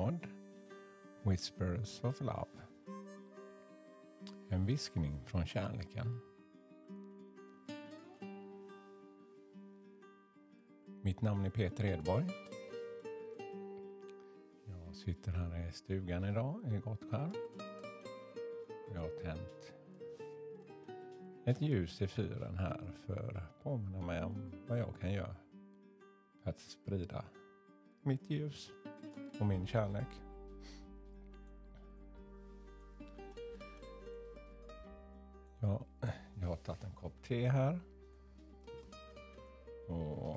podd Whispers of Love. En viskning från kärleken. Mitt namn är Peter Edborg. Jag sitter här i stugan idag i Gottskär. Jag har tänt ett ljus i fyren här för att påminna mig om vad jag kan göra för att sprida mitt ljus och min kärlek. Jag har tagit en kopp te här. Och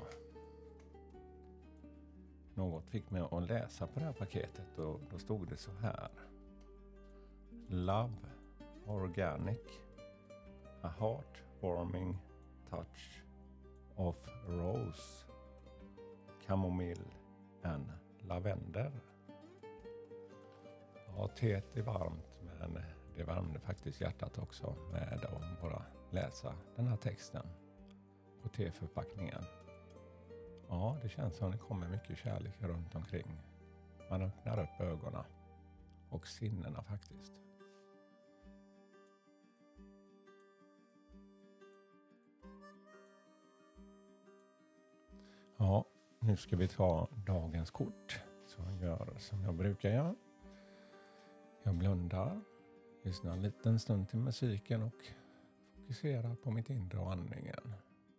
något fick mig att läsa på det här paketet. Och då stod det så här. Love Organic. A heartwarming touch of rose, chamomile and lavender. Ja, teet är varmt, men det värmde faktiskt hjärtat också med att bara läsa den här texten på teförpackningen. Ja, det känns som det kommer mycket kärlek runt omkring. Man öppnar upp ögonen och sinnena faktiskt. Ja, nu ska vi ta dagens kort. Så jag gör som jag brukar göra. Jag blundar, lyssnar en liten stund till musiken och fokuserar på mitt inre och andningen.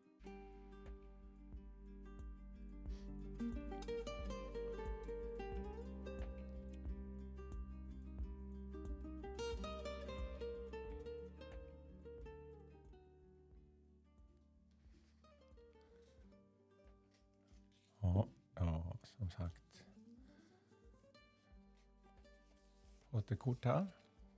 Ja, som sagt. Återkort här.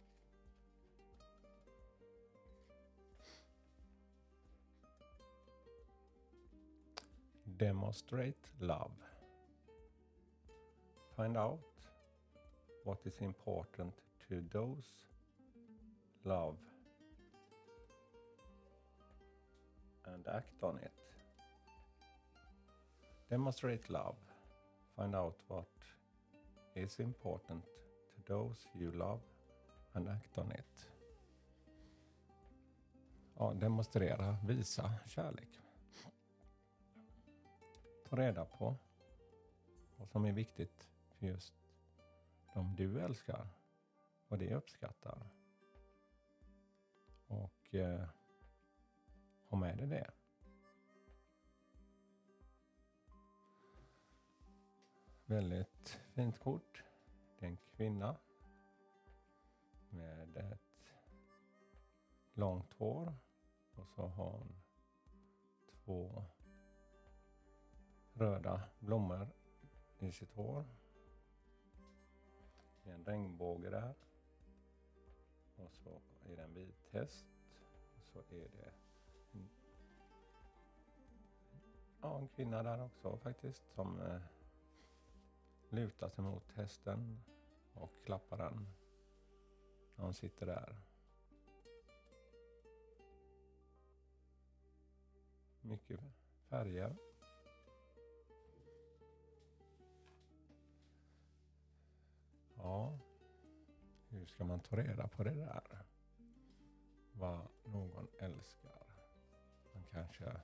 Demonstrate love. Find out what is important to those love and act on it. Demonstrate love. Find out what is important to those you love and act on it. Ja, demonstrera, visa kärlek. Ta reda på vad som är viktigt för just de du älskar och det uppskattar. Och ha med dig det. Väldigt fint kort. Det är en kvinna med ett långt hår. Och så har hon 2 röda blommor i sitt hår. Det är en regnbåge där. Och så är det en vit häst. Och så är det en kvinna där också faktiskt som lutar sig mot hästen och klappar den när hon sitter där. Mycket färger. Ja, hur ska man ta reda på det där? Vad någon älskar. Man kanske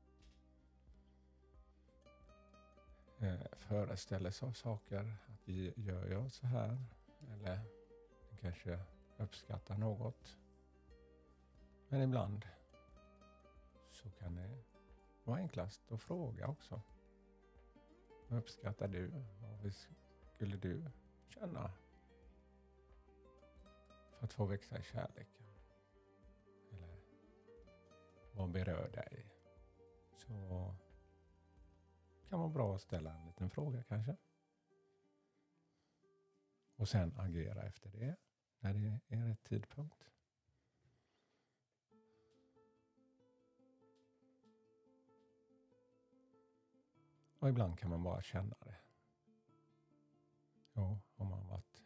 föreställer sig saker. Att gör jag så här? Eller kanske uppskattar något. Men ibland så kan det vara enklast att fråga också. Vad uppskattar du? Vad skulle du känna för att få växa i kärleken? Eller vad berör dig? Så kan vara bra att ställa en liten fråga kanske. Och sen agera efter det när det är rätt tidpunkt. Och ibland kan man bara känna det. Ja, om man varit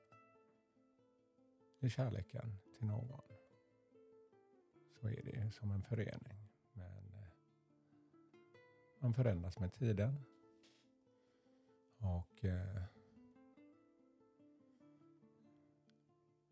i kärleken till någon så är det som en förening. Men man förändras med tiden. Och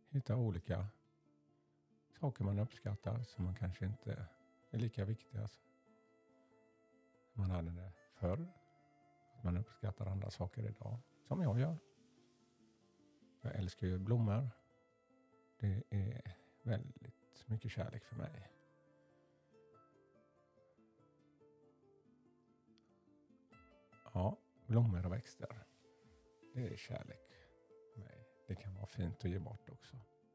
hitta olika saker man uppskattar som man kanske inte är lika viktiga som man hade det förr. Att man uppskattar andra saker idag, som jag gör. Jag älskar ju blommor. Det är väldigt mycket kärlek för mig. Ja, blommor och växter. Det är kärlek för mig. Det kan vara fint att ge bort också.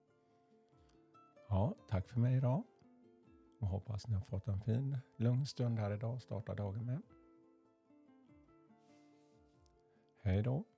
Ja, tack för mig idag. Och hoppas ni har fått en fin, lugn stund här idag. Starta dagen med. Hej då.